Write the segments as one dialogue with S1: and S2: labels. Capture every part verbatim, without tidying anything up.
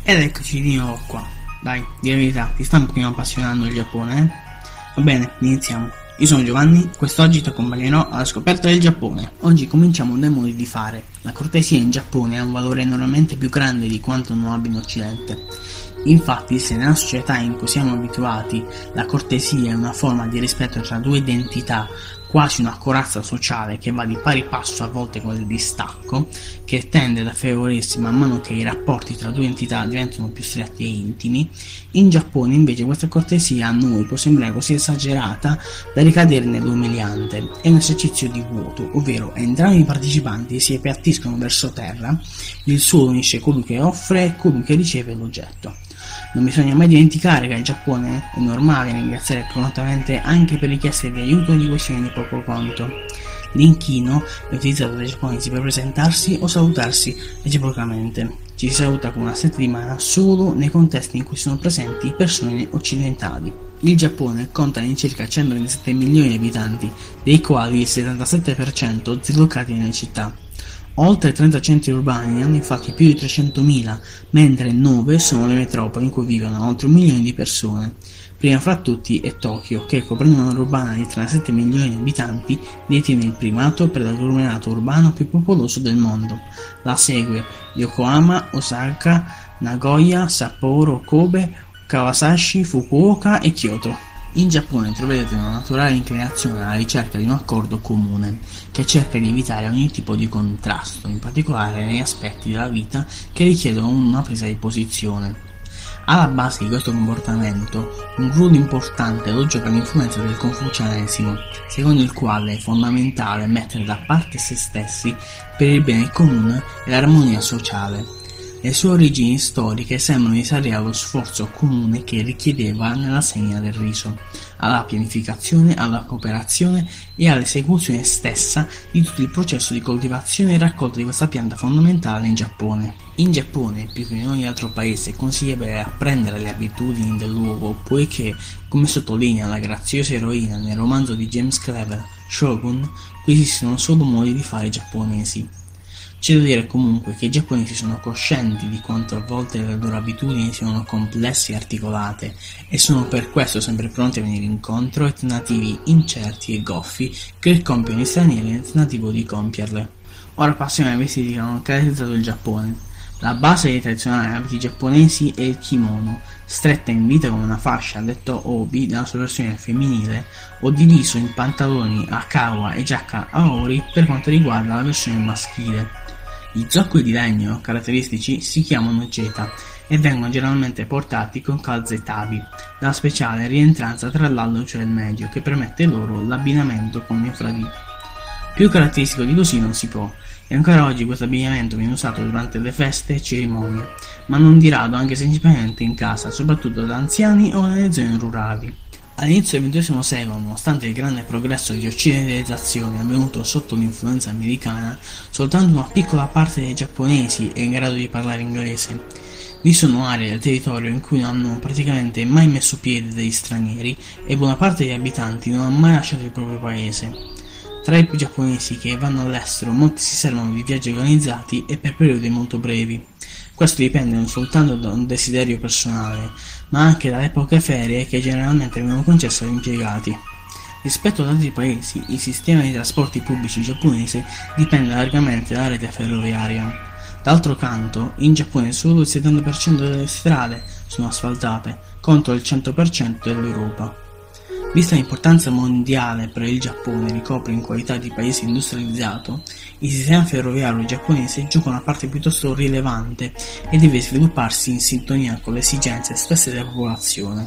S1: Ed eccoci di nuovo qua. Dai, di la verità, ti sta un pochino appassionando il Giappone, eh? Va bene, iniziamo. Io sono Giovanni, quest'oggi ti accompagnerò alla scoperta del Giappone. Oggi cominciamo dai modi di fare. La cortesia in Giappone ha un valore enormemente più grande di quanto non abbia in Occidente. Infatti, se nella società in cui siamo abituati la cortesia è una forma di rispetto tra due identità, quasi una corazza sociale che va di pari passo a volte con il distacco, che tende ad affievolirsi man mano che i rapporti tra due entità diventano più stretti e intimi, in Giappone invece questa cortesia a noi può sembrare così esagerata da ricadere nell'umiliante. È un esercizio di vuoto, ovvero entrambi i partecipanti si appiattiscono verso terra, il suolo unisce colui che offre e colui che riceve l'oggetto. Non bisogna mai dimenticare che in Giappone è normale ringraziare prontamente anche per richieste di aiuto o di questioni di poco conto. L'inchino è utilizzato dai giapponesi per presentarsi o salutarsi reciprocamente. Ci si saluta con una stretta di mano solo nei contesti in cui sono presenti persone occidentali. Il Giappone conta all'incirca centoventisette milioni di abitanti, dei quali il settantasette per cento dislocati nelle città. Oltre trenta centri urbani hanno infatti più di trecentomila, mentre nove sono le metropoli in cui vivono oltre un milione di persone. Prima fra tutti è Tokyo, che coprendo un'area urbana di trentasette milioni di abitanti detiene il primato per l'agglomerato urbano più popoloso del mondo. La segue Yokohama, Osaka, Nagoya, Sapporo, Kobe, Kawasaki, Fukuoka e Kyoto. In Giappone troverete una naturale inclinazione alla ricerca di un accordo comune, che cerca di evitare ogni tipo di contrasto, in particolare negli aspetti della vita che richiedono una presa di posizione. Alla base di questo comportamento, un ruolo importante lo gioca l'influenza del confucianesimo, secondo il quale è fondamentale mettere da parte se stessi per il bene comune e l'armonia sociale. Le sue origini storiche sembrano risalire allo sforzo comune che richiedeva nella segna del riso, alla pianificazione, alla cooperazione e all'esecuzione stessa di tutto il processo di coltivazione e raccolta di questa pianta fondamentale in Giappone. In Giappone, più che in ogni altro paese, è consigliabile apprendere le abitudini del luogo, poiché, come sottolinea la graziosa eroina nel romanzo di James Clever, Shogun, qui esistono solo modi di fare giapponesi. C'è da dire comunque che i giapponesi sono coscienti di quanto a volte le loro abitudini siano complesse e articolate e sono per questo sempre pronti a venire incontro ai tentativi incerti e goffi che compiono gli stranieri nel tentativo di compierle. Ora passiamo ai vestiti che hanno caratterizzato il Giappone. La base dei tradizionali abiti giapponesi è il kimono, stretta in vita come una fascia, detto obi nella sua versione femminile, o diviso in pantaloni a kawa e giacca a ori per quanto riguarda la versione maschile. I zoccoli di legno caratteristici si chiamano geta e vengono generalmente portati con calze tabi, dalla speciale rientranza tra l'alluce e il medio che permette loro l'abbinamento con il infradito. Più caratteristico di così non si può, e ancora oggi questo abbigliamento viene usato durante le feste e cerimonie, ma non di rado anche semplicemente in casa, soprattutto da anziani o nelle zone rurali. All'inizio del ventesimo secolo, nonostante il grande progresso di occidentalizzazione avvenuto sotto l'influenza americana, soltanto una piccola parte dei giapponesi è in grado di parlare inglese. Vi sono aree del territorio in cui non hanno praticamente mai messo piede degli stranieri e buona parte degli abitanti non ha mai lasciato il proprio paese. Tra i giapponesi che vanno all'estero, molti si servono di viaggi organizzati e per periodi molto brevi. Questo dipende non soltanto da un desiderio personale, ma anche dalle poche ferie che generalmente vengono concesse agli impiegati. Rispetto ad altri paesi, il sistema di trasporti pubblici giapponese dipende largamente dalla rete ferroviaria. D'altro canto, in Giappone solo il settanta per cento delle strade sono asfaltate, contro il cento per cento dell'Europa. Vista l'importanza mondiale per il Giappone ricopre in qualità di paese industrializzato, il sistema ferroviario giapponese gioca una parte piuttosto rilevante e deve svilupparsi in sintonia con le esigenze stesse della popolazione.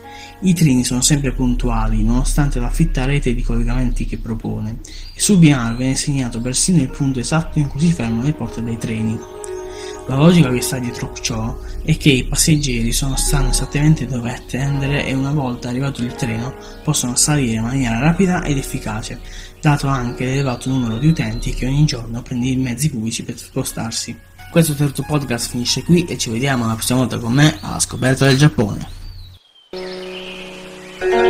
S1: I treni sono sempre puntuali, nonostante la fitta rete di collegamenti che propone, e sul binario viene segnato persino il punto esatto in cui si fermano le porte dei treni. La logica che sta dietro ciò è che i passeggeri sono, sanno esattamente dove attendere e una volta arrivato il treno possono salire in maniera rapida ed efficace, dato anche l'elevato numero di utenti che ogni giorno prende i mezzi pubblici per spostarsi. Questo terzo podcast finisce qui e ci vediamo la prossima volta con me alla scoperta del Giappone.